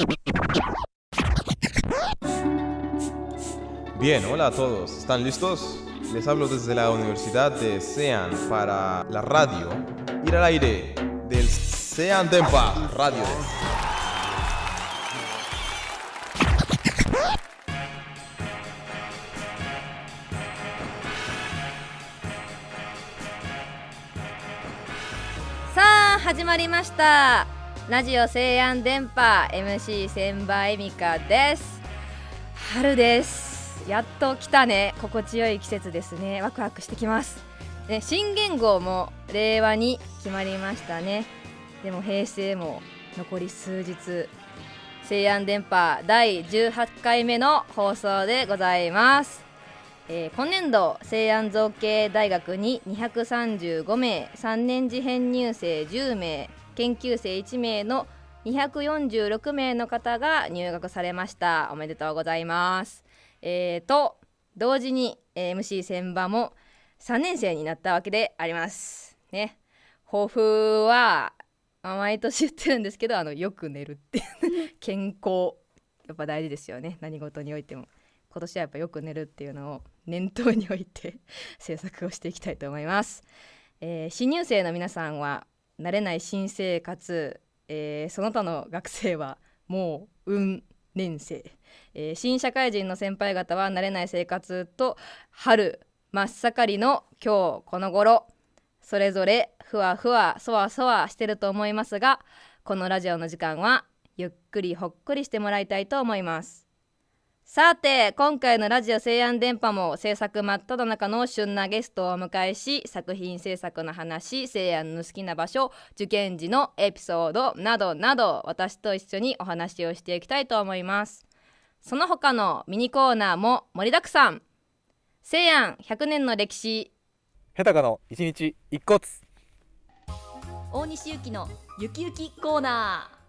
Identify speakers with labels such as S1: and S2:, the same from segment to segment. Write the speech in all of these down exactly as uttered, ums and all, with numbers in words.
S1: Bien, hola a todos. ¿Están listos? Les hablo desde la Universidad de Sean para la radio. Ir al aire del Sean Denpa Radio.
S2: さあ始まりました。ラジオ西安電波 エムシー 千葉恵美香です。春です。やっと来たね。心地よい季節ですね。ワクワクしてきます、ね、新元号も令和に決まりましたね。でも平成も残り数日。西安電波だいじゅうはちかいめの放送でございます。えー、今年度西安造形大学ににひゃくさんじゅうごめい、さんねん次編入生じゅうめい、研究生いちめいのにひゃくよんじゅうろくめいの方が入学されました。おめでとうございます。えーと同時に エムシー 千葉もさんねん生になったわけでありますね。抱負は毎年言ってるんですけど、あのよく寝るっていう健康やっぱ大事ですよね。何事においても今年はやっぱよく寝るっていうのを念頭に置いて制作をしていきたいと思います。えー、新入生の皆さんは慣れない新生活、えー、その他の学生はもう運年生、えー、新社会人の先輩方は慣れない生活と春真っ盛りの今日この頃、それぞれふわふわそわそわしてると思いますが、このラジオの時間はゆっくりほっくりしてもらいたいと思います。さて今回のラジオ西安電波も制作真っ只中の旬なゲストをお迎えし、作品制作の話、西安の好きな場所、受験時のエピソードなどなど、私と一緒にお話をしていきたいと思います。その他のミニコーナーも盛りだくさん。西安ひゃくねんの歴史、
S3: ヘタカの一日一骨、
S4: 大西ゆきのゆきゆきコーナー、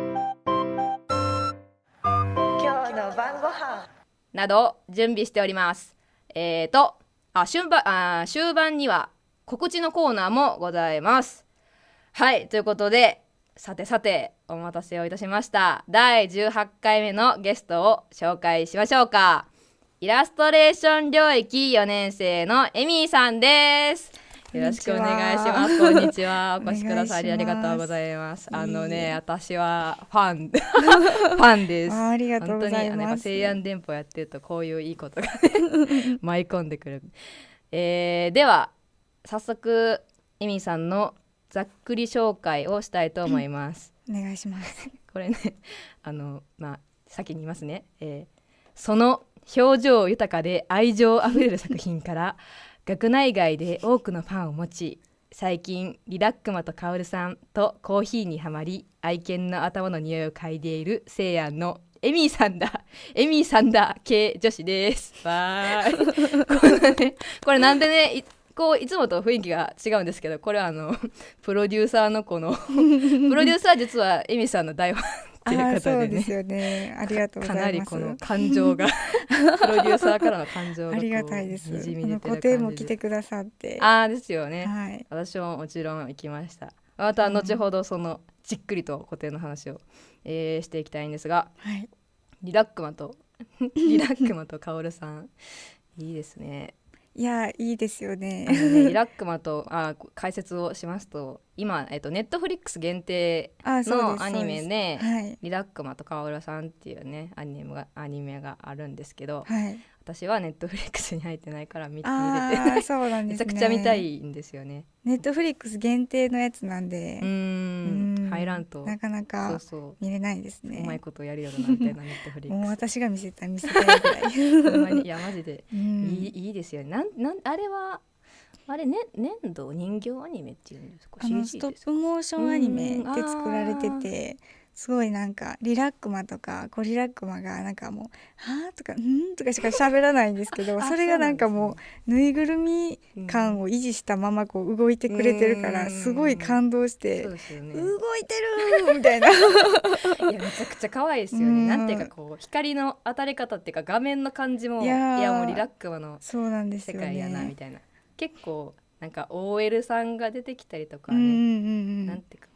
S5: 今日の晩ご飯
S2: など準備しております。えーとあ終盤あ終盤には告知のコーナーもございます。はい、ということで、さてさてお待たせをいたしました。だいじゅうはちかいめのゲストを紹介しましょうか。イラストレーション領域よねん生のエミーさんです。よろしくお願いします。こんにちは。お越しくださりありがとうございます。あのね、私はファンファンです。
S5: あ, ありがとうございます。
S2: 本当になんか西安電波やってるとこういういいことがね舞い込んでくる。えー、では早速エミーさんのざっくり紹介をしたいと思います。
S5: お願いします。
S2: これね、あのまあ先に言いますね。えー、その表情豊かで愛情あふれる作品から学内外で多くのファンを持ち、最近リラックマとカオルさんとコーヒーにはまり、愛犬の頭の匂いを嗅いでいる西安のエミーさんだエミーさんだ系女子です。わーいこれね、これなんでね、いこういつもと雰囲気が違うんですけど、これはあのプロデューサーのこのプロデューサーは実はエミーさんの大ファンっていう方でね、
S5: そうですよね。ありがとうございます。
S2: かなりこの感情がプロデューサーからの感情がこう
S5: ありがたいです。
S2: にじみ出てる感じで、
S5: 個展も来てくださって、
S2: ああですよね、
S5: はい、
S2: 私ももちろん行きました。また後ほどそのじっくりと個展の話を、えー、していきたいんですが、
S5: はい、
S2: リラックマとリラックマとカオルさんいいですね。
S5: いやいいですよね。
S2: あのねリラックマとあ解説をしますと、今、えっと、ネットフリックス限定のアニメで、はい、リラックマとカオルさんっていうねアニメが、アニメがあるんですけど、
S5: はい、
S2: 私はネットフリックスに入ってないから見, 見れてない。
S5: そうなんですね。
S2: めちゃくちゃ見たいんですよね。
S5: ネットフリックス限定のやつなんで、
S2: うーん
S5: うん
S2: 入らんと
S5: なかなか見れないですね。
S2: うまいことやるようなみたいなネットフリックス
S5: もう私が見せた見せたいぐらい
S2: ほんまにいやマジでいい、
S5: い
S2: いいですよね。なんなんあれはあれ、ね、粘土人形アニメっていうんですか。
S5: あのストップモーションアニメで作られてて、すごいなんかリラックマとかコリラックマがなんかもうはーとかんとかしか喋らないんですけどそれがなんかもうぬいぐるみ感を維持したままこう動いてくれてるからすごい感動して、
S2: そうですよね、
S5: 動いてるみたいない
S2: やめちゃくちゃ可愛いですよね。なんていうかこう光の当たり方っていうか画面の感じもいや、いやもうリラックマの世界やなみたいな、結構なんか オーエル さんが出てきたりとかね、
S5: うんうんうん、
S2: なんていうかこ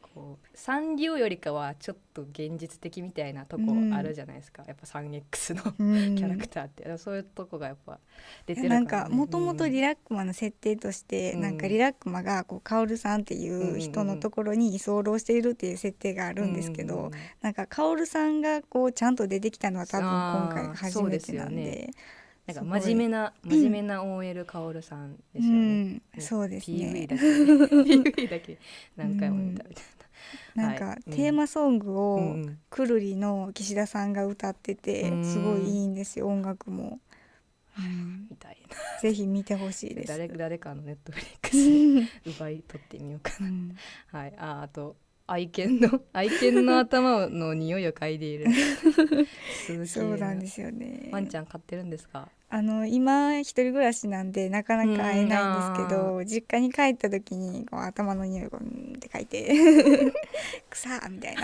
S2: こうサンリオよりかはちょっと現実的みたいなとこあるじゃないですか、うん、やっぱ スリーエックス の、うん、キャラクターってそういうとこがやっぱ出てるから、ね、
S5: なんかもともとリラックマの設定として、うん、なんかリラックマがこうカオルさんっていう人のところに居候しているっていう設定があるんですけど、うんうん、なんかカオルさんがこうちゃんと出てきたのは多分今回が初めてなんで、
S2: なんか真面目な真面目な オーエル カオルさんですよね、うん
S5: うん、そうですね
S2: ピーブイ だけ ピーブイ だけ何回も見たみたい
S5: な、うん、なんか、はい、テーマソングをくるりの岸田さんが歌ってて、うん、すごいいいんですよ音楽も、うん、みたいなぜひ見てほしいです。
S2: 誰, 誰かのネットフリックスで奪い取ってみようかな、うん、はい。あ, あと愛犬の愛犬の頭の匂いを嗅いでいる
S5: そうなんですよね。
S2: ワンちゃん飼ってるんですか？
S5: あの今一人暮らしなんでなかなか会えないんですけど、実家に帰った時にこう頭の匂いをうんって嗅いで臭みたいな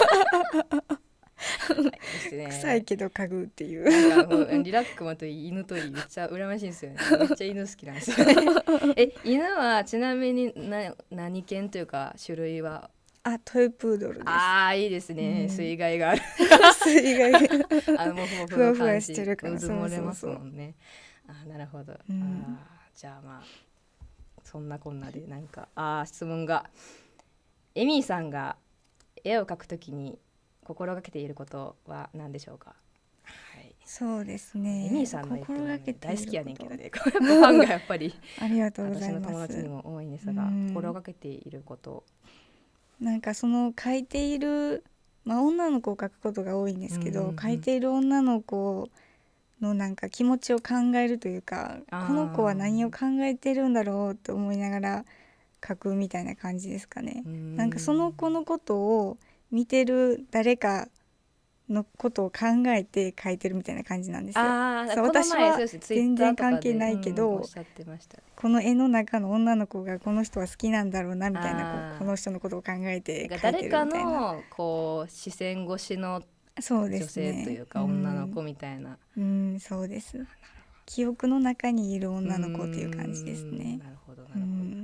S5: 臭いけど嗅ぐっていう。
S2: なんかもうリラックマといい犬といいめっちゃ羨ましいんですよね。めっちゃ犬好きなんですよねえ犬はちなみにな何犬というか種類は？
S5: あ、トイプードルです。
S2: あーいいですね、うん、水害がある
S5: 水害
S2: あのもふもふの感じふわふわしてるからうずもれますもんね。あ、なるほど、うん、あじゃあまあそんなこんなでなんかあ質問がエミーさんが絵を描くときに心がけていることは何でしょうか？はい、
S5: そうですね、
S2: エミーさんの絵って、ね、大好きやねんけどねファンがやっぱり
S5: ありがとうございます。
S2: 私の友達にも多いんですが、心がけていること
S5: なんかその描いている、まあ、女の子を描くことが多いんですけど、うんうんうん、描いている女の子のなんか気持ちを考えるというか、この子は何を考えてるんだろうと思いながら描くみたいな感じですかね。んなんかその子のことを見てる誰かのことを考えて描いてるみたいな感じなんですよ。
S2: あ
S5: そう私は全然関係ないけど、
S2: うん、おっしゃってましたね。
S5: この絵の中の女の子がこの人は好きなんだろうなみたいな、こ, この人のことを考えて描いてるみたいな、
S2: 誰かのこう視線越しの女性というか女の子みたいな。
S5: うん、うん、そうです。記憶の中にいる女の子という感じですね。
S2: なるほどなるほど、うん、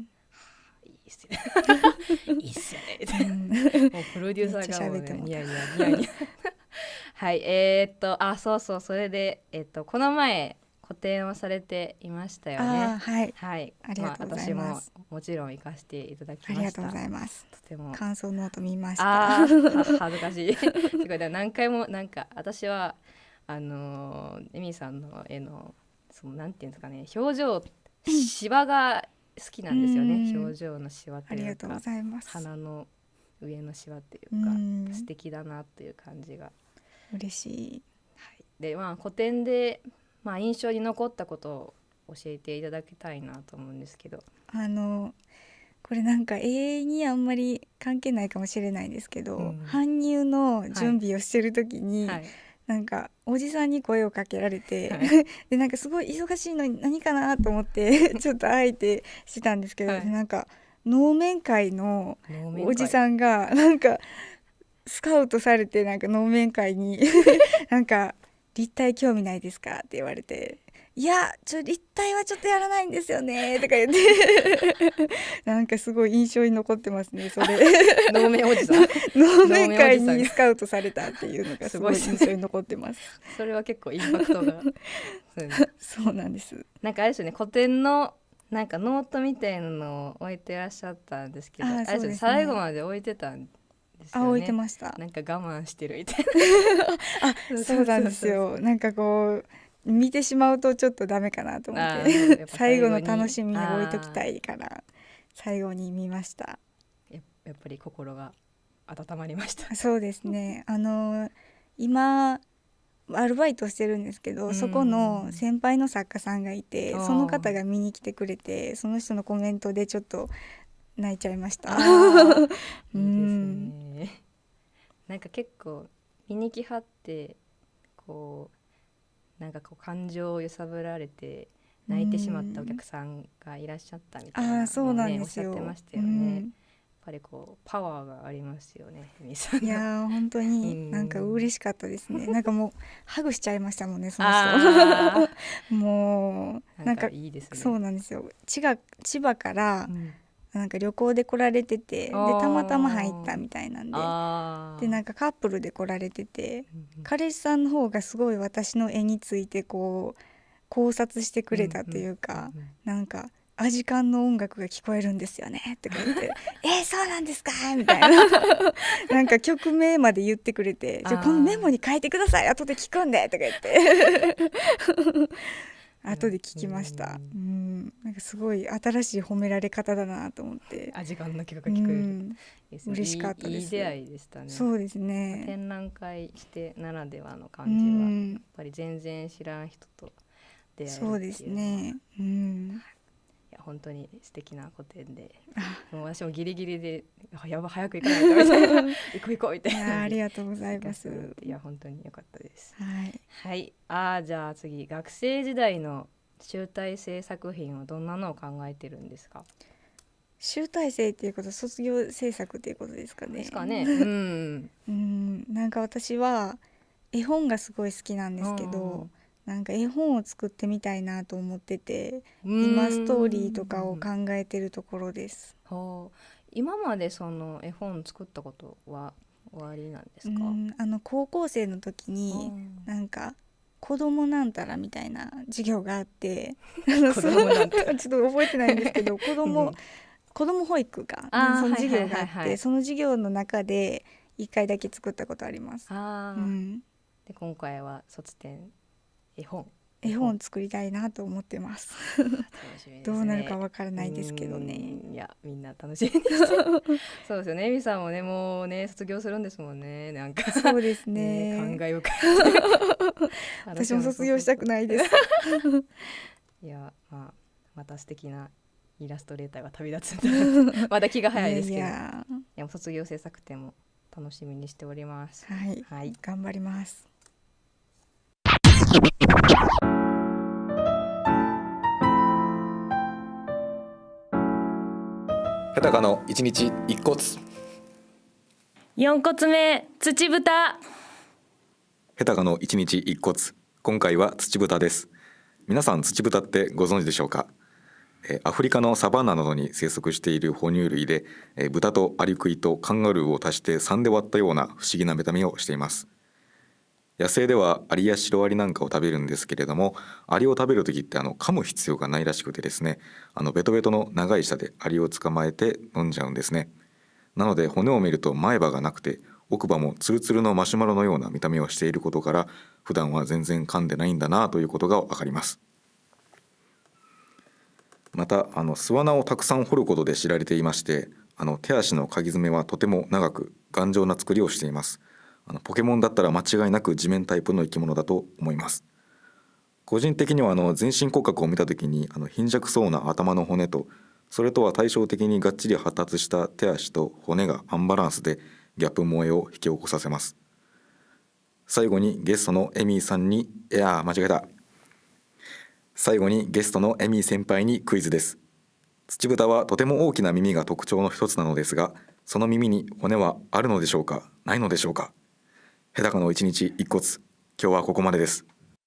S2: いいっすねいいっすね、うん、もうプロデューサーがもうねニヤニヤニヤニヤはいえー、っとあそうそうそれで、えー、っとこの前個展をされていましたよね。
S5: あ、はい、
S2: はい、
S5: ありがとうございます。
S2: まあ、私ももちろん行かせていただきました。
S5: ありがとうございます。
S2: とても
S5: 感想ノート見ました。
S2: あー恥ずかしいすごい何回もなんか私はあのー、エミさんの絵のそのなんていうんですかね、表情シワが好きなんですよね表情のシワっていうか、ありがとうございます。鼻の上のシワっていうかう素敵だなっていう感じが
S5: 嬉しい、
S2: はい、でまあ個展で、まあ、印象に残ったことを教えていただきたいなと思うんですけど、
S5: あのこれなんか絵にあんまり関係ないかもしれないんですけど、うん、搬入の準備をしてる時に、はいはい、なんかおじさんに声をかけられて、はい、でなんかすごい忙しいのに何かなと思ってちょっとあえてしてたんですけど、はい、なんか能面会のおじさんがなんかスカウトされてなんか能面会になんか立体興味ないですかって言われて、いやちょ立体はちょっとやらないんですよねとか言ってなんかすごい印象に残ってますねそれ
S2: 能面おじさん
S5: 能面会にスカウトされたっていうのがすごい印象に残ってます
S2: それは結構インパクトが
S5: そうなんです。
S2: なんかあれですよね、古典のなんかノートみたいなのを置いてらっしゃったんですけど、あ、そうですね、最後まで置いてたんですよね。
S5: あ、置いてました。
S2: なんか我慢してるみたい
S5: なあ、そうなんですよ。なんかこう見てしまうとちょっとダメかなと思って最後の楽しみに置いときたいから最後に見ました。
S2: や, やっぱり心が温まりました
S5: そうですね、あの今アルバイトしてるんですけど、うん、そこの先輩の作家さんがいて、その方が見に来てくれて、その人のコメントでちょっと泣いちゃいました
S2: いいですね。なんか結構見に来はってこうなんかこう感情を揺さぶられて泣いてしまったお客さんがいらっしゃったみたいなのを、ね、
S5: あ、そうなんですよ。
S2: おっしゃってましたよね。やっぱりこうパワーがありますよね、みさん。
S5: いや本当になんか嬉しかったですね。なんかもうハグしちゃいましたもんね、その人もうなんかいいですね。そうなんですよ。千葉、千葉から、うん、 なんか旅行で来られてて、でたまたま入ったみたいなんで、
S2: あ
S5: でなんかカップルで来られてて、
S2: うんうん
S5: 彼氏さんの方がすごい私の絵についてこう考察してくれたというか、
S2: うんうん
S5: なんかアジカンの音楽が聞こえるんですよねとか言って「えー、そうなんですか?」みたいななんか曲名まで言ってくれて「じゃあ
S2: あー
S5: このメモに書いてください後で聞くんで」とか言って後で聞きました。
S2: う
S5: うんなんかすごい新しい褒められ方だなと思って、
S2: あ時間の曲が
S5: う
S2: 聞こえる、
S5: ん、
S2: いいですね
S5: 嬉しかったです
S2: いいいい出会いでしたね。
S5: そうですね。
S2: 展覧会してならではの
S5: う
S2: 感じはやっ
S5: ん
S2: ぱり全然知らん人と出会えるっていう
S5: そうですね。うん
S2: いや本当に素敵な個展で、
S5: あ
S2: もう私もギリギリであやば早く行かないとみたいな行こう行こうみたい
S5: いや
S2: な
S5: ありがとうございます。
S2: いや本当に良かったです。
S5: はい。
S2: はいあーじゃあ次学生時代の集大成作品はどんなのを考えてるんですか？
S5: 集大成っていうことは卒業制作っていうことですかね。
S2: ですかねうん
S5: うんなんか私は絵本がすごい好きなんですけど、なんか絵本を作ってみたいなと思ってて、今ストーリーとかを考えてるところです。
S2: はあ今までその絵本作ったことは終わりなんですか？
S5: うんあの高校生の時になんか子供なんたらみたいな授業があって
S2: 子供なんたら
S5: ちょっと覚えてないんですけど子供、
S2: うん
S5: 子供保育か
S2: あー
S5: その授業があって、
S2: はいはいはいはい
S5: その授業の中でいっかいだけ作ったことあります。
S2: あー、
S5: うん、
S2: で今回は卒展絵本
S5: 絵本作りたいなと思ってます
S2: 楽しみですね。
S5: どうなるかわからないですけどね。
S2: うんいやみんな楽しみにしてそうですよね。エミさんもねもうね卒業するんですもんね。なんか
S5: そうです
S2: ね
S5: ね
S2: 感慨深い
S5: 私も卒業したくないです
S2: いや、まあ、また素敵なイラストレーターが旅立つんだまだ気が早いですけど、い
S5: いやいや
S2: や卒業制作展も楽しみにしております。
S5: はい、
S2: はい
S5: 頑張ります。
S3: ヘタカの一日一骨。
S4: 四骨目土豚。
S6: ヘタカの一日一骨。今回は土豚です。皆さん土豚ってご存知でしょうか？えーアフリカのサバンナなどに生息している哺乳類で、えー豚とアリクイとカンガルーを足してさんで割ったような不思議な見た目をしています。野生ではアリやシロアリなんかを食べるんですけれども、アリを食べる時ってあの噛む必要がないらしくてですね、あのベトベトの長い舌でアリを捕まえて飲んじゃうんですね。なので骨を見ると前歯がなくて奥歯もツルツルのマシュマロのような見た目をしていることから、普段は全然噛んでないんだなということがわかります。またあの巣穴をたくさん掘ることで知られていまして、あの手足のかぎ爪はとても長く頑丈な作りをしています。あのポケモンだったら間違いなく地面タイプの生き物だと思います。個人的にはあの全身骨格を見た時にあの貧弱そうな頭の骨と、それとは対照的にがっちり発達した手足と骨がアンバランスでギャップ萌えを引き起こさせます。最後にゲストのエミーさんにいや間違えた最後にゲストのエミー先輩にクイズです。土豚はとても大きな耳が特徴の一つなのですが、その耳に骨はあるのでしょうか、ないのでしょうか。ヘタカの一日一骨、今日はここまでです。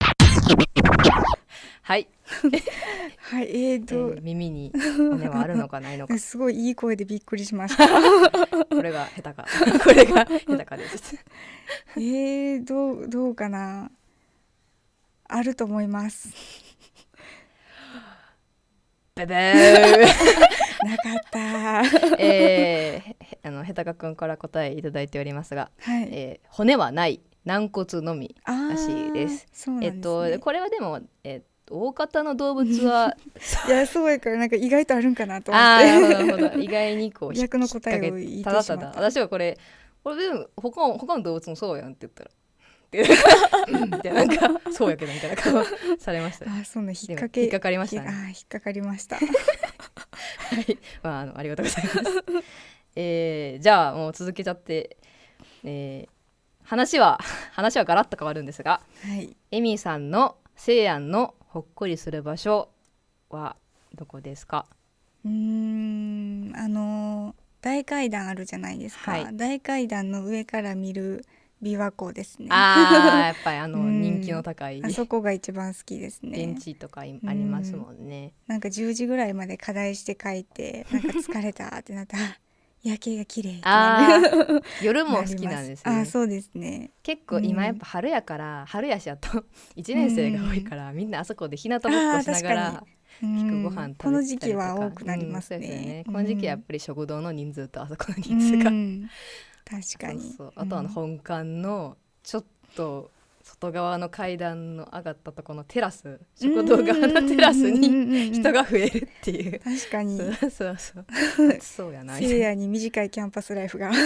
S2: はい、
S5: はい、えー
S2: え
S5: と、
S2: ー耳に骨はあるのかないのか
S5: すごいいい声でびっくりしました。
S2: これがヘタカこれがヘタカです
S5: えー、どうどうかな。あると思います。
S2: ベベー
S5: なかった。
S2: えー、へあのヘタカくんから答えいただいておりますが、
S5: はい。
S2: えー骨はない軟骨のみ
S5: あー
S2: らしいです。
S5: そうなんですね。
S2: えっとこれはでも、えっと、大方の動物はい
S5: やそうやからなんか意外とあるんかなと思
S2: あ
S5: って。
S2: ーなるほどなるほど意外にこう
S5: 逆の答えを言ってしまった
S2: ただただ私はこれこれでも他の他の動物もそうやんって言ったらってでなんかそうやけどみたいな顔されました。
S5: あ、そんな引っ
S2: でも
S5: 掛け
S2: 引っかかりましたね。
S5: あー、引っかかりました。
S2: はい、まあ、あのありがとうございます。えー、じゃあもう続けちゃって、えー、話は話はガラッと変わるんですが、
S5: はい。
S2: エミさんの西安のほっこりする場所はどこですか？
S5: うーん、あの大階段あるじゃないですか。
S2: はい
S5: 大階段の上から見る琵琶湖ですね。
S2: あーやっぱりあの
S5: うん
S2: 人気の高い
S5: あそこが一番好きですね。
S2: ベンチとかいありますもんね。
S5: なんかじゅうじぐらいまで課題して帰ってなんか疲れたってなったら夜景が綺麗ってなる
S2: あー夜も好きなんですね。
S5: あそうですね。
S2: 結構今やっぱ春やから、春やしあといちねん生が多いから、みんなあそこで日向ぼっこしながら
S5: うん
S2: ご飯食べてたりとか、
S5: この時期は多くなりますね。
S2: うんそうですよね。この時期はやっぱり食堂の人数とあそこの
S5: う
S2: 人数が、
S5: ん確かに。
S2: そうそうあとあの本館のちょっと外側の階段の上がったところのテラス、食堂側のテラスに人が増えるっていう。
S5: 確かに。
S2: そうそうそうそうやな。
S5: せいやに短いキャンパスライフが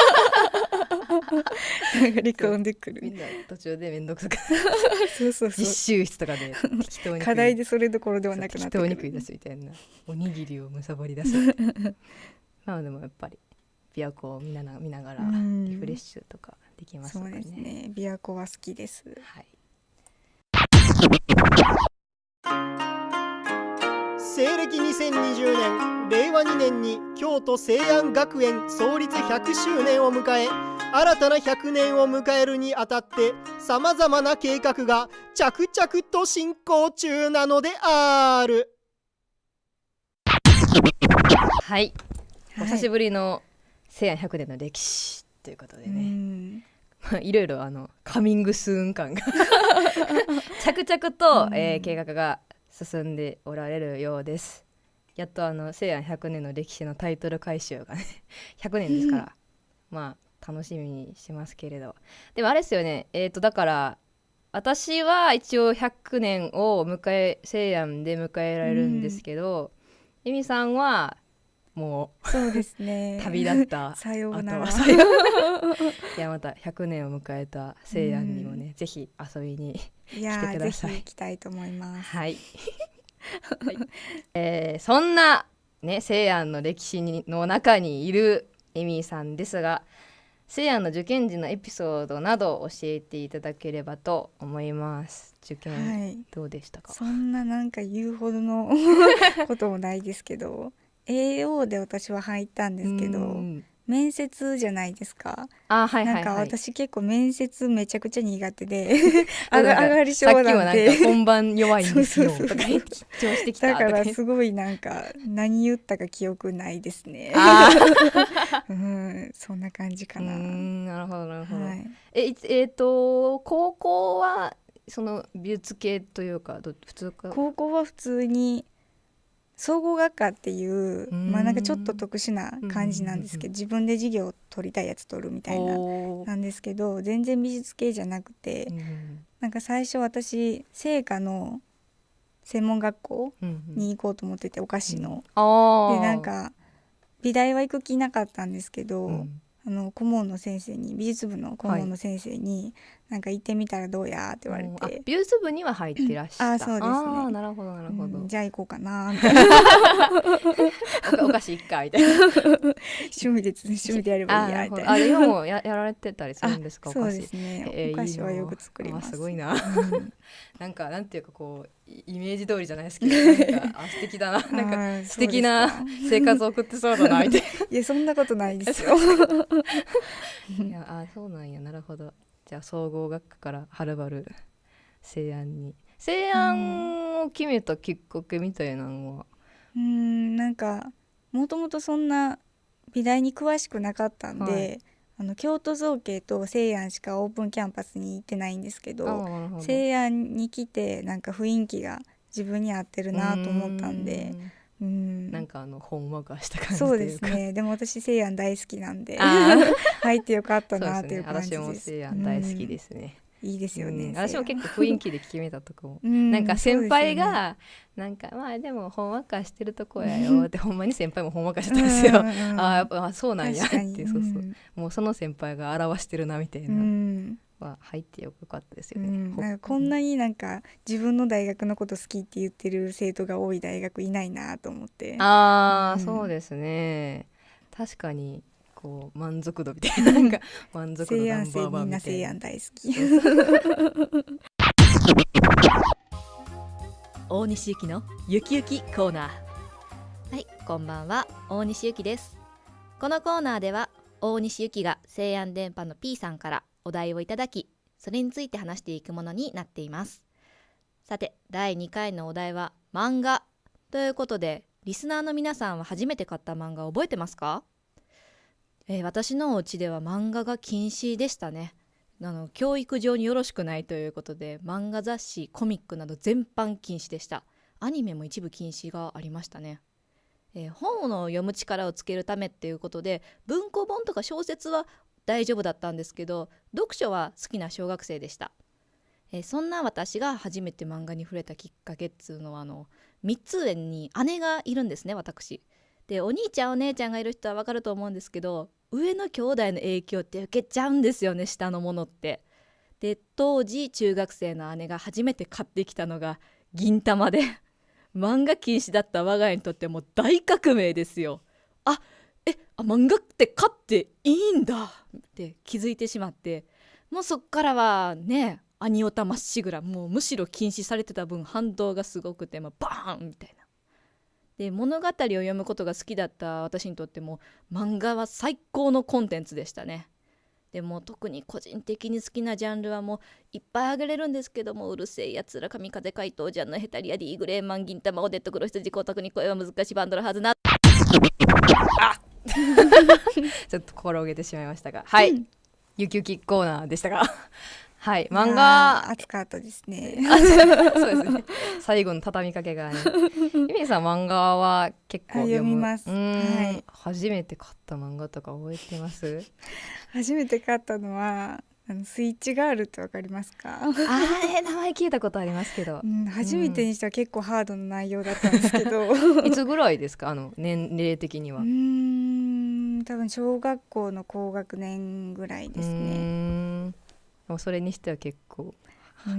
S5: 離婚でくる。
S2: みんな途中で面倒くさく
S5: そうそうそう。
S2: 実習室とかで適当に
S5: 課題でそれどころではなくなってくる。
S2: 適当に食い出すみたいな、おにぎりをむさぼり出すまあでもやっぱり琵琶湖を見な見ながら
S5: うん
S2: リフレッシュとかできます
S5: そ
S2: かね。
S5: うですね。琵琶湖は好きです。
S2: はい。
S7: 西暦にせんにじゅうねんれいわにねんに京都清安学園創立ひゃくしゅうねんを迎え、新たなひゃくねんを迎えるにあたってさまざまな計画が着々と進行中なのである。
S2: はい、お久しぶりの西安ひゃくねんの歴史ということで
S5: う
S2: ね、
S5: ん
S2: まあいろいろあのカミングスーン感が着々と、
S5: うん
S2: えー計画が進んでおられるようです。やっとあの西安ひゃくねんの歴史のタイトル回収がねひゃくねんですからまあ楽しみにしますけれど、でもあれですよね、えーとだから私は一応ひゃくねんを迎え西安で迎えられるんですけど、えみさんはもう
S5: そうですね。
S2: 旅立った
S5: さようなら。
S2: あとはさよいやまたひゃくねんを迎えた西安にもね、ぜひ遊びに
S5: いやーぜひ
S2: 来てください
S5: 行きたいと思います。
S2: はい、はいえーそんなね西安の歴史にの中にいるエミーさんですが、西安の受験時のエピソードなど教えていただければと思います。受験、
S5: はい
S2: どうでしたか？
S5: そんななんか言うほどのこともないですけどエーオー で私は入ったんですけど、
S2: うん
S5: 面接じゃないですか。
S2: あはいはいはい、
S5: なんか私結構面接めちゃくちゃ苦手で
S2: なんか
S5: 上が上がり症
S2: さっきもなん
S5: なんで
S2: か本番弱いんですよ
S5: そうそうそう
S2: とか言って緊張してきた
S5: だか
S2: とから言って
S5: すごいなんか何言ったか記憶ないですね。
S2: あ
S5: うんそんな感じか
S2: ーうー
S5: な。
S2: んなるほどなるほど、
S5: はい、
S2: えいつえー、と高校はその美術系というかど普通か
S5: 高校は普通に総合学科っていう
S2: ーん
S5: まあなんかちょっと特殊な感じなんですけど、自分で授業を取りたいやつ取るみたいな
S2: おー
S5: なんですけど、全然美術系じゃなくて、
S2: うん
S5: なんか最初私製菓の専門学校
S2: うんうん
S5: に行こうと思ってて、お菓子の、
S2: あー
S5: でなんか美大は行く気なかったんですけど、
S2: うん
S5: あの顧問の先生に美術部の顧問の先生に、なんか行ってみたらどうやって言われ
S2: あ
S5: て、
S2: 美術部には入ってらっしゃった、
S5: あそうですね
S2: あーなるほどなるほど、
S5: うんじゃあ行こうかなみたいな
S2: おお菓子いっかみたいな
S5: 趣味で趣味でやればいいやみたいな。
S2: あーなるほどあ今もややられてたりするんですか？お
S5: そう
S2: 菓子
S5: ですね、
S2: えー
S5: お菓子はいよく作り
S2: いな
S5: ます。
S2: あすごいな
S5: うん
S2: なんかなんていうかこうイイメージ通りじゃないですけどなんかあ素敵だななんか
S5: あー
S2: 素敵な
S5: そうですか
S2: 生活を送ってそうだなみたい
S5: いやそんなことないですよ。
S2: ないやあそうなんやなるほど。じゃあ総合学科からはるばる西安に西安を決めたきっかけみたいなのは、
S5: うーんなんかもともとそんな美大に詳しくなかったんで、
S2: はい
S5: あの京都造形と西安しかオープンキャンパスに行ってないんですけ
S2: あ
S5: ど、
S2: なるほど
S5: 西安に来てなんか雰囲気が自分に合ってるなと思ったんで、
S2: うーん
S5: うん
S2: なんかあのほんわかした感じ
S5: そうで
S2: というか
S5: すね。でも私西安大好きなんで
S2: あー
S5: 入ってよかった
S2: そう
S5: な
S2: ですね
S5: っていう感じです。
S2: 私も西安大好きですね、
S5: うんいいですよね。
S2: うん私も結構雰囲気で決めたとこも
S5: うん
S2: なんか先輩
S5: そうですよね
S2: がなんかまあでもほんわかしてるとこやよってほんまに先輩もほんわかしてたんですよ、
S5: うんうんうん
S2: あーやっぱあそうなんやっ
S5: 確かに
S2: てそうそう、
S5: うん
S2: もうその先輩が表してるなみたいうな、
S5: ん
S2: は入ってよかったです
S5: う
S2: よね、
S5: ん、なんかこんなになんか自分の大学のこと好きって言ってる生徒が多い大学いないなと思って
S2: あー、
S5: うん
S2: そうですね確かにこう満足度みたいななんか満足度
S5: 西
S2: ナンバ
S5: 安生みんな
S2: ーワンみたいな
S5: 西安大好き
S4: 大西ゆきのゆきゆきコーナー。
S8: はい、こんばんは、大西ゆきです。このコーナーでは大西ゆきが西安電波の P さんから
S4: お題をいただき、それについて話していくものになっています。さて、だいにかいのお題は漫画ということで、リスナーの皆さんは初めて買った漫画覚えてますか？えー、私のお家では漫画が禁止でしたね。あの教育上によろしくないということで、漫画雑誌、コミックなど全般禁止でした。アニメも一部禁止がありましたね。えー、本の読む力をつけるためっていうことで、文庫本とか小説は大丈夫だったんですけど、読書は好きな小学生でした。えー、そんな私が初めて漫画に触れたきっかけっつうのは、あのみっつ上に姉がいるんですね、私で。お兄ちゃんお姉ちゃんがいる人は分かると思うんですけど、上の兄弟の影響って受けちゃうんですよね、下のものって。で、当時中学生の姉が初めて買ってきたのが銀魂で漫画禁止だった我が家にとっても大革命ですよ。あ、え、あ、漫画って買っていいんだって気づいてしまって、もうそっからはね、アニオタまっしぐら、もうむしろ禁止されてた分反動がすごくて、まあ、バーンみたいな。で、物語を読むことが好きだった私にとっても漫画は最高のコンテンツでしたね。でも特に個人的に好きなジャンルはもういっぱいあげれるんですけども、うるせえやつら、神風怪盗ジャンのヘタリアディグレーマン銀魂オデット黒羊光沢に声は難しいバンドのはずなあ
S2: ちょっと心をげてしまいましたが、はい、うん、ゆきゆきコーナーでしたがはい、漫画
S5: 熱かったですね
S2: そうですね、最後の畳みかけがねゆみさん漫画は結構読む？
S5: 読みます。はい、
S2: 初めて買った漫画とか覚えてます？
S5: 初めて買ったのはあのスイッチガールってわかりますか？
S2: あー、名前聞いたことありますけど、
S5: うん、初めてにしては結構ハードな内容だったんですけど
S2: いつぐらいですか、あの年齢的には？うー
S5: ん、多分小学校の高学年ぐらいですね。うーん、
S2: それにしては結構、
S5: うん、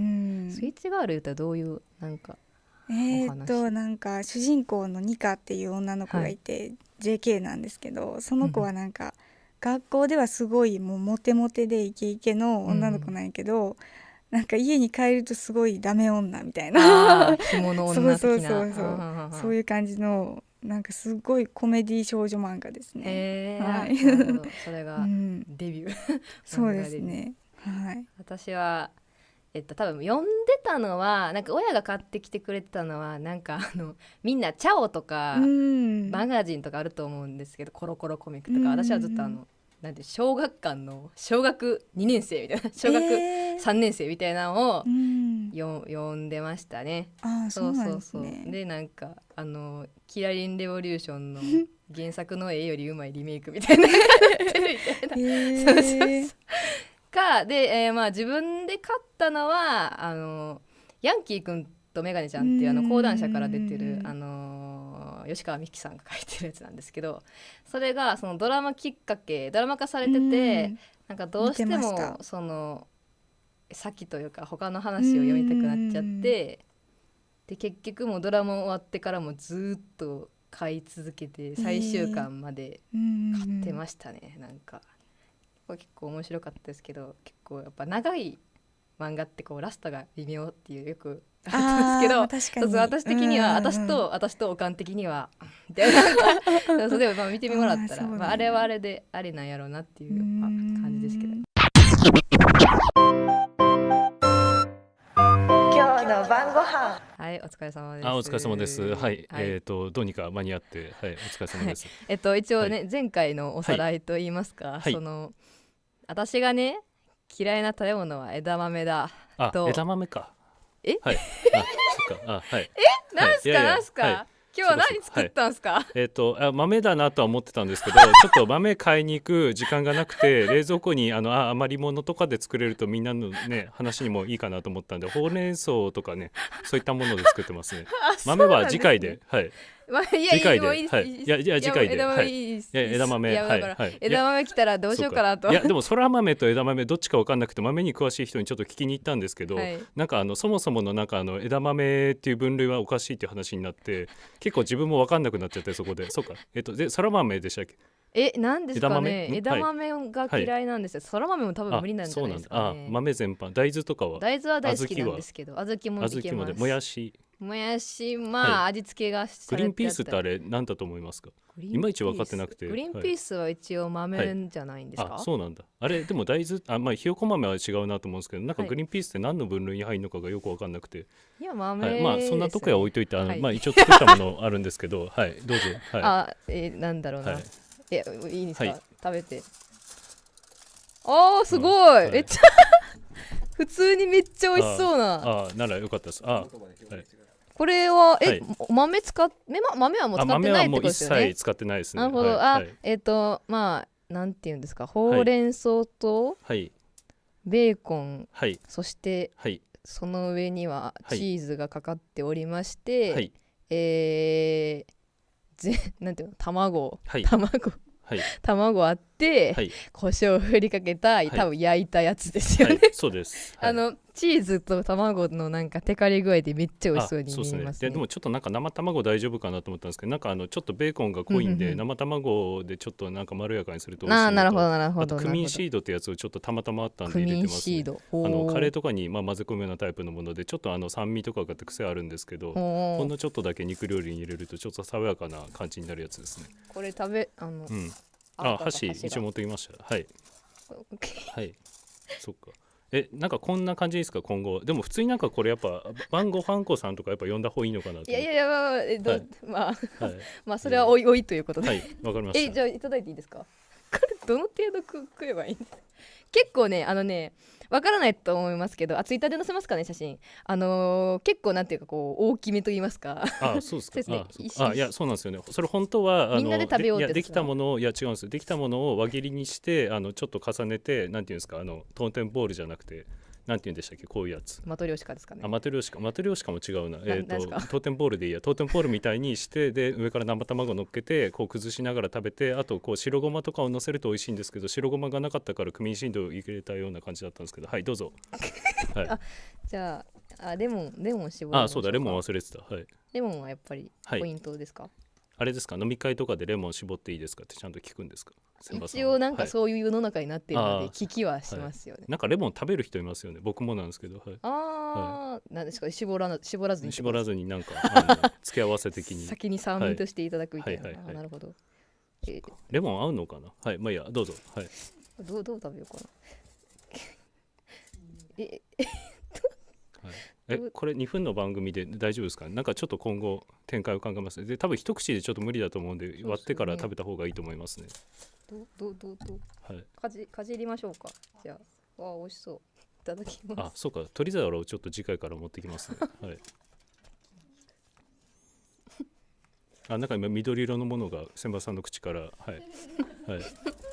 S2: スイッチガール言ったらどういうなんか
S5: えー、っとなんか主人公のニカっていう女の子がいて、はい、ジェーケー なんですけど、その子はなんか、うん、学校ではすごいもうモテモテでイケイケの女の子なんやけど、うん、なんか家に帰るとすごいダメ女みたいな、
S2: 紐の女的な
S5: そうそうそうそうそういう感じのなんかすごいコメディ少女漫画ですね。
S2: へー、はい、なるほど、それがデビュー、うん、
S5: そうですね。はい、
S2: 私は、えっと、多分読んでたのはなんか親が買ってきてくれてたのはなんかあのみんなチャオとかマガジンとかあると思うんですけど、コロコロコミックとか、私はずっとあのなんて小学館の小学にねん生みたいな小学さんねん生みたいなのを、えー、読んでましたね。
S5: あ、そうなんですね。
S2: そうそうそう。でなんかあのキラリンレボリューションの原作の絵よりうまいリメイクみたいなえー、そうそうそうかで、えーまあ、自分で買ったのはあのヤンキーくんとメガネちゃんっていうあの講談社から出てる、あの吉川美樹さんが書いてるやつなんですけど、それがそのドラマきっかけドラマ化されてて、なんかどうしてもその先というか他の話を読みたくなっちゃって、で結局もうドラマ終わってからもずっと買い続けて最終巻まで買ってましたね。なんか結構面白かったですけど、結構やっぱ長い漫画ってこうラストが微妙っていうよくあるんですけど、そうそう私的には、私と私とおかん的にはでなんかそうでもまあ見てみもらったら、あ、まあ、あれはあれであれなんやろうなっていう感じですけど。
S8: 今日の晩ご飯、
S2: はい、お疲れ様です。
S9: あ、お疲れ様です。はい、はい、えっ、ー、とどうにか間に合って、はい、お疲れ様です。
S2: えっと一応ね、はい、前回のおさらいと言いますか、はい、その私がね嫌いな食べ物は枝豆だと。
S9: あ、枝豆か。
S2: え、
S9: はい、あ、そっか、あ、はい。
S2: え、なんすか、はい、なんすか、はい、今日は何作ったんすか。
S9: はい、えっ、ー、とあ豆だなとは思ってたんですけどちょっと豆買いに行く時間がなくて冷蔵庫にあのあ余り物とかで作れるとみんなのね話にもいいかなと思ったんで、ほうれん草とかねそういったもので作ってますね。豆は次回で、はい。
S2: まあ、いや
S9: 次回で、
S2: いい
S9: はい、いやいや次回で、
S2: 枝豆いいです、
S9: はい、枝豆、はいはい、
S2: 枝豆来たらどうしようかなと。
S9: いやでもそら豆と枝豆どっちか分かんなくて豆に詳しい人にちょっと聞きに行ったんですけど、はい、なんかあのそもそものなんかあの枝豆っていう分類はおかしいっていう話になって結構自分も分かんなくなっちゃって、そこでそうか、えっとでそら豆でしたっけ。
S2: え、なんですかね、枝
S9: 枝
S2: 豆が嫌いなんですよ、そら豆も多分無理なんじゃないですかね。
S9: あ、そうなんだ。あ、豆全般、大豆とかは。
S2: 大豆は大好きなんですけど、小豆もいけます。
S9: 小豆もで、もやし。
S2: もやし、まあ、
S9: はい
S2: 味付けがさ
S9: グリーンピー
S2: れてあった
S9: スってあれ何だと思いますか？いまいち分かってなくて。
S2: グリーンピースは一応豆じゃないんですか？
S9: はい、あ、そうなんだ。あれでも大豆、あ、まあひよこ豆は違うなと思うんですけど、なんか
S2: はい
S9: グリーンピースって何の分類に入るのかがよく分かんなくて。
S2: いや、豆
S9: はい、まあそんなとこや置いといて、あの、
S2: はい
S9: まあ一応作ったものあるんですけど、はい、どうぞ。はい、
S2: あ、えー、なんだろうな、
S9: はい、
S2: え、いいですか、
S9: はい、
S2: 食べて。あー、すごい、
S9: はい、
S2: めっちゃ普通にめっちゃ美味しそうな。
S9: ああ、ならよかったです。あ、はい、
S2: これはえ、
S9: はい、
S2: 豆使っめ、ま、豆はもう使ってないってことですよね。
S9: 豆はもう一切使ってないですね。
S2: なるほど、
S9: はい、
S2: あ、
S9: はい、
S2: えっ、ー、とまあなんていうんですか、ほうれん草とベーコン、
S9: はい、
S2: そして、はい、その上にはチーズがかかっておりまして、はい、えー、ぜなんていうの、卵、はい、卵はい、卵あって、はい、胡椒を振りかけた、はい、多分焼いたやつですよね、はい、
S9: そうです、
S2: はい、あのチーズと卵のなんかテカリ具合でめっちゃ美味しそうに見えますね。
S9: そうですね。で、でもちょっとなんか生卵大丈夫かなと思ったんですけど、なんかあのちょっとベーコンが濃いんで、うんうんうん、生卵でちょっとなんかまろやかにすると美味しいのと、
S2: なるほどなるほど、
S9: あとクミンシードってやつをちょっとたまたまあったんで入れてます、ね、クミンシード、あのカレーとかにまあ混ぜ込むようなタイプのもので、ちょっとあの酸味とかが癖あるんですけど、ほんのちょっとだけ肉料理に入れるとちょっと爽やかな感じになるやつですね。
S2: これ食べあの、
S9: うん、あ、箸一応持ってきました。はいはい、そっか。え、なんかこんな感じですか今後。でも普通になんかこれやっぱ晩ご飯子さんとかやっぱ呼んだ方がいいのかなって。
S2: いやいやいや、まあえど、はい、まあ、はい、まあそれはおいおいということで、
S9: はい、わかりました。
S2: え、じゃあいただいていいですか？これどの程度食食えばいいんですか？結構ね、あのね、わからないと思いますけど、あ、ツイッターで載せますかね、写真。あのー、結構なんていうかこう大きめと言いますか。
S9: あ、そうですか。
S2: ですね、
S9: ああ、いや、そうなんですよね。それ本当はあの
S2: みんなで食べようって
S9: で、できたものを、いや違うんですよ。できたものを輪切りにして、あのちょっと重ねて、なんていうんですか、あのトーテンボールじゃなくて。なんて言うんでしたっけ、こういうやつ。
S2: マトリョーシカですかね。
S9: あ、マトリョーシカ、マトリョーシカも違うな。えっと、トーテンボールでいいや、トーテンボールみたいにして、で、上から生卵乗っけて、こう崩しながら食べて、あと、こう白ごまとかを乗せると美味しいんですけど、白ごまがなかったから、クミンシードを入れたような感じだったんですけど、はい、どうぞ。はい、
S2: あ、じゃあ、あ、レモン、レモン絞る。
S9: あ、そうだ、レモン忘れてた。はい。
S2: レモンはやっぱりポイントですか？はい、
S9: あれですか、飲み会とかでレモン絞っていいですかってちゃんと聞くんですか？
S2: 一応なんかそういう世の中になっているので聞きはしますよね。
S9: はい、なんかレモン食べる人いますよね。僕もなんですけど。はい、
S2: ああ、はい、なんですか、絞らな絞らずに
S9: 絞らずになんかあの付け合わせ的に
S2: 先に酸味としていただくみたいな。
S9: はいはいはいはい、
S2: なるほど。
S9: えレモン合うのかな。はい、まあいいや、どうぞ。はい。
S2: どうどう食べようかな。え
S9: え、これにふんの番組で大丈夫ですか？なんかちょっと今後展開を考えます。で、多分一口でちょっと無理だと思うんで、割ってから食べた方がいいと思いますね。
S2: どうどうどうどう、
S9: はい、
S2: かじかじりましょうか。じゃあ、わあ美味しそう。いただきます。
S9: あ、そうか、鶏皿をちょっと次回から持ってきますね。はい。あ、なんか今緑色のものが千葉さんの口から、はいはいはい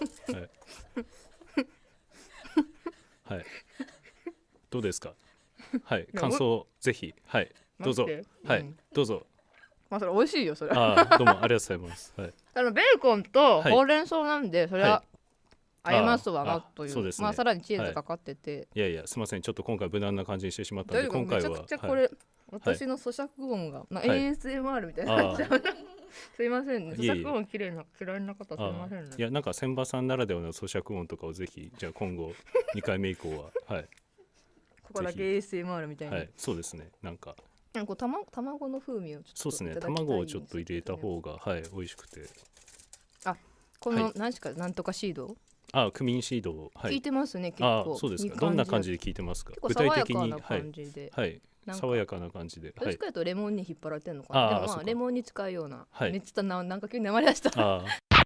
S9: はい。どうですか？はい、感想ぜひ、はい、どうぞ、はい、うん、どうぞ。
S2: まあそれ美味しいよそれ。
S9: あ、どうもありがとうございます。はい。
S2: あのベーコンとほうれん草なんで、はい、それは合いますわなという。そうですね。まあさらにチーズかかってて。はい、
S9: いやいや、すみません、ちょっと今回無難な感じにしてしまったので、今回は。
S2: めちゃくちゃこれ、はい、私の咀嚼音が、まあ、エーエスエムアール みたいな。すいませんね。咀嚼音綺麗な嫌いな方すいませんね。
S9: いや、なんか千葉さんならではの咀嚼音とかをぜひ、じゃあ今後にかいめ以降は、はい。
S2: ここだけ エーエスエムアール みたいな、
S9: はい、そうですね。なんか
S2: なんか卵卵の風味をちょっと
S9: そうですね。卵をちょっと入れた方がはい美味しくて。
S2: あ、この何しかなんとかシード？
S9: あ、クミンシードを、
S2: はい、聞いてますね結構。
S9: あ、そうですか。どんな感じで聞いてますか？具体的にはい、はい、爽やかな感じで。
S2: どっちかというとレモンに引っ張られてるのかな。でもまあレモンに近いような。はい、めっちゃななんか急に生まれました。あ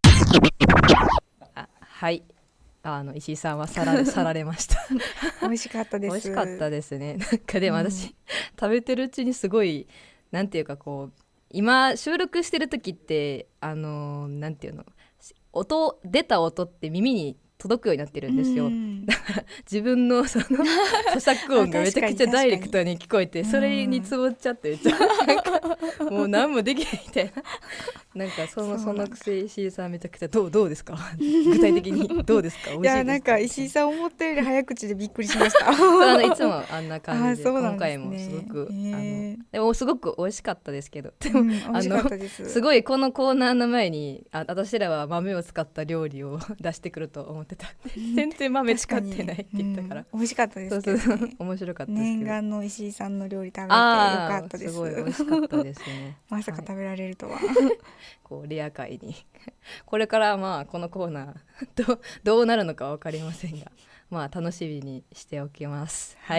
S2: あ、はい。あの石井さんはさらさられました。
S5: 美味しかったです。
S2: 美味しかったですね。なんかでも私、うん、食べてるうちにすごいなんていうかこう今収録してる時ってあのー、なんていうの音出た音って耳に届くようになってるんですよ。だから自分のその咀嚼音がめちゃくちゃダイレクトに聞こえてそれにつぼっちゃってもう何もできないみたいななんかそのそのくせ石井さんめちゃくちゃどうどうですか具体的にどうですか。美味しいですか。
S5: いやなんか石井さん思ったより早口でびっくりしました
S2: あのいつもあんな感じで、今回もすごく、えー、あのでもすごく美味しかったですけど、でも、うん、美味しかったです。すごいこのコーナーの前にあ私らは豆を使った料理を出してくると思ってた全然豆使ってないって言ったから、うん、
S5: 美味しかったですけど、ね、
S2: そうそう面白かったですけど、
S5: 念願の石井さんの料理食べてよかったです。
S2: すごい美味しかったですね
S5: まさか食べられるとは、はい、
S2: こうレア界にこれからまあこのコーナー ど, どうなるのか分かりませんが、まあ楽しみにしておきます。はい、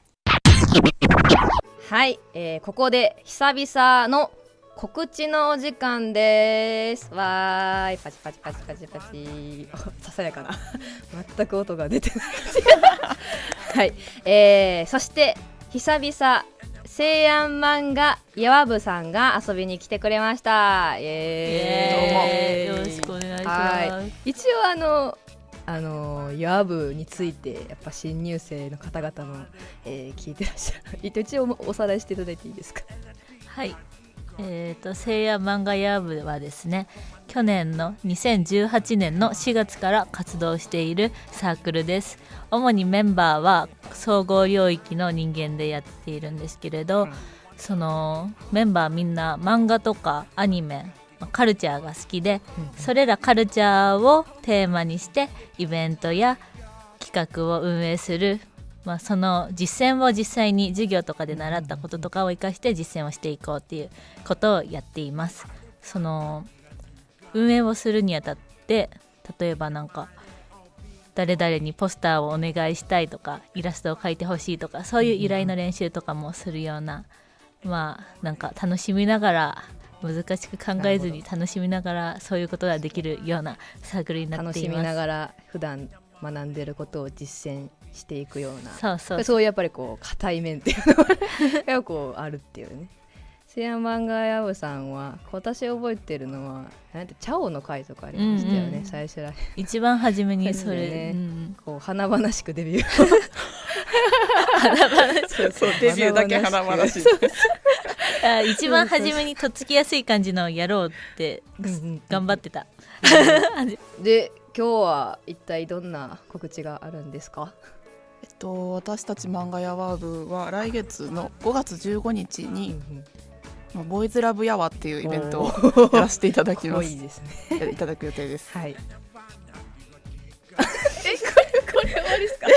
S2: はいはい、えー、ここで久々の告知のお時間です。わーい、パチパチパチパチパチささやかな全く音が出てないはい、えー、そして久々西安漫画やわぶさんが遊びに来てくれました。イエーイ、
S10: どうもよろしくお願いします。
S2: 一応あのあのやわぶについてやっぱ新入生の方々も、えー、聞いてらっしゃる一応おさらいしていただいていいですか。
S10: はい、えーと西安漫画やわぶはですね、去年のにせんじゅうはちねんのしがつから活動しているサークルです。主にメンバーは総合領域の人間でやっているんですけれど、うん、そのメンバーみんな漫画とかアニメ、カルチャーが好きで、うん、それらカルチャーをテーマにしてイベントや企画を運営する、まあ、その実践を実際に授業とかで習ったこととかを生かして実践をしていこうっていうことをやっています。その運営をするにあたって、例えばなんか誰々にポスターをお願いしたいとかイラストを描いてほしいとか、そういう依頼の練習とかもするような、まあなんか楽しみながら難しく考えずに楽しみながらそういうことができるようなサークルになっています。
S2: 楽しみながら普段学んでることを実践していくような、
S10: そうそう
S2: そういうやっぱりこう硬い面っていうのがこうあるっていうね。西安漫画やぶさんは私覚えてるのはなんてチャオの会とかありましたよね、うんうん、最初ら
S10: 一番初めにそれ、
S2: ね、うん、こう華々しくデビュー
S10: 華々し
S11: そうそうデビューだけ華々しい
S10: あ一番初めにとっつきやすい感じのやろうって頑張ってた
S2: で今日は一体どんな告知があるんですか。
S11: えっと私たち漫画やわぶは来月のごがつじゅうごにちに、うんうんまあ、ボーイズラブやわっていうイベントをやらせていただきます。
S2: いいですね。
S11: いただく予定です。
S2: はい。え
S11: これこれ終わりですか。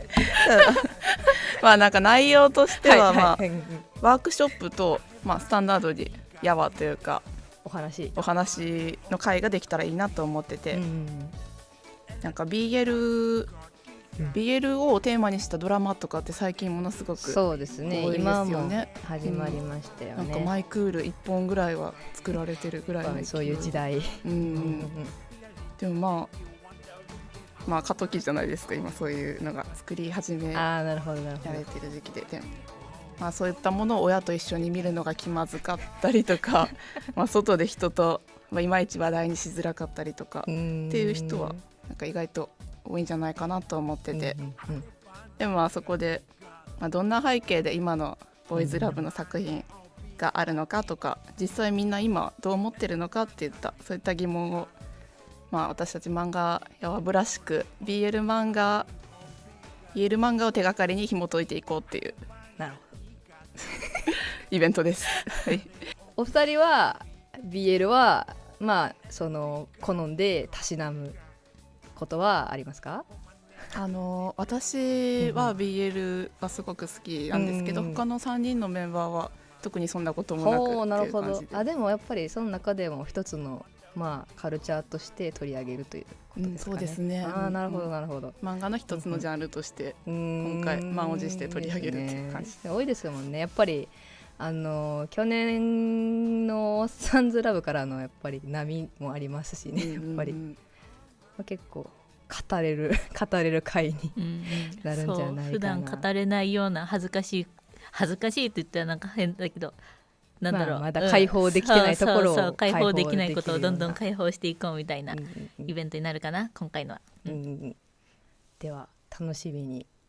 S11: まあなんか内容としてはまあ、はいはい、ワークショップとまあスタンダードにやわというか
S2: お話
S11: お話の会ができたらいいなと思ってて、うん、なんか ビーエルビーエル をテーマにしたドラマとかって最近ものすごく
S2: そうですね、今も始まりましたよね、
S11: うん、なんかマイクールいっぽんぐらいは作られてるぐらいの、
S2: そういう時代、うんうん、
S11: でもまあまあ過渡期じゃないですか今そういうのが作り始められてる時期で、でまあ、そういったものを親と一緒に見るのが気まずかったりとかまあ外で人と、まあ、いまいち話題にしづらかったりとかっていう人はなんか意外と多いんじゃないかなと思ってて、うんうんうん、でもまあそこで、まあ、どんな背景で今のボーイズラブの作品があるのかとか、実際みんな今どう思ってるのかっていったそういった疑問を、まあ、私たち漫画やわぶらしく ビーエル 漫画 ビーエル 漫画を手がかりに紐解いていこうっていう
S2: なるほど
S11: イベントです、はい、
S2: お二人は ビーエル はまあその好んでたしなむことはありますか。
S11: あの私は ビーエル がすごく好きなんですけど、うん、他のさんにんのメンバーは特にそんなこともなくっていう感じで。なるほど。
S2: あでもやっぱりその中でも一つの、まあ、カルチャーとして取り上げるということですかね、うん、そうですね。あなるほどなるほど。
S11: 漫画の一つのジャンルとして今回満を持して取り上げるっていう感じ、
S2: ね、多いですもんねやっぱり。あの去年のおっさんずラブからのやっぱり波もありますしね、やっぱり、まあ、結構語れる語れる回になるんじゃないかな、うんうん、
S10: 普段語れないような恥ずかしい恥ずかしいって言ったらなんか変だけどなんだろう、まあ、
S2: まだ解放できてないところを、
S10: うん、そうそうそう解放できないことをどんどん解放していこうみたいなイベントになるかな、今回のは、うんうん、
S2: では楽しみに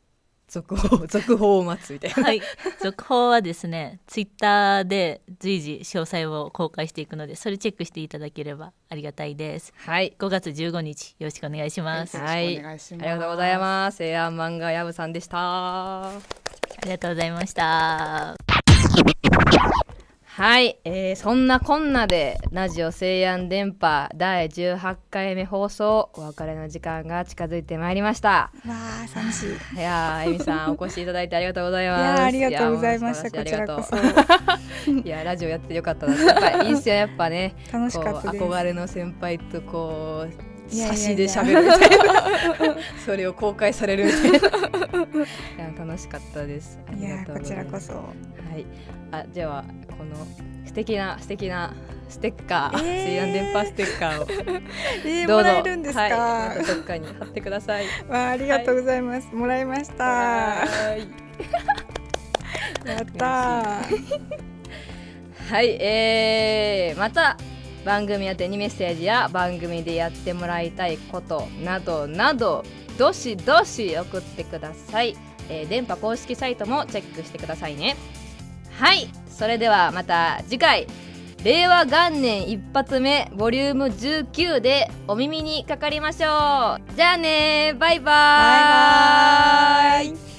S2: 続報続報を待つみたいな。
S10: はい、続報はですねツイッターで随時詳細を公開していくので、それチェックしていただければありがたいです。
S2: はい、
S10: ごがつじゅうごにちよろしくお願いします。
S2: はい、ありがとうございます。西安漫画やぶさんでした。
S10: ありがとうございました。
S2: はい、えー、そんなこんなでラジオ西安電波だいじゅうはちかいめ放送、お別れの時間が近づいてまいりました。
S5: わあ寂しい。
S2: いやー、えみさんお越しいただいてありがとうございます。
S5: いやありがとうございました。こちらこそ。
S2: いやラジオやってよかったな。やっぱりいいっすよ、やっぱね。
S5: 楽しかったです。
S2: 憧れの先輩とこう差しで喋るみたいなそれを公開されるみたいないや楽しかったです。
S5: いやこちらこそ。
S2: はい、あではこの素敵な素敵なステッカー、西安電波ステッカーを
S5: えー、
S2: どうぞ
S5: もらえるんですか。
S2: はい、またどっかに貼ってください。
S5: わあ、ありがとうございます、はい、もらいました。
S2: はい
S5: やったー
S2: はい、えー、また番組宛てにメッセージや番組でやってもらいたいことなどなどどしどし送ってください。えー、電波公式サイトもチェックしてくださいね。はい、それではまた次回令和元年一発目ボリュームじゅうきゅうでお耳にかかりましょう。じゃあねー、バイバーイ。
S5: バイバーイ。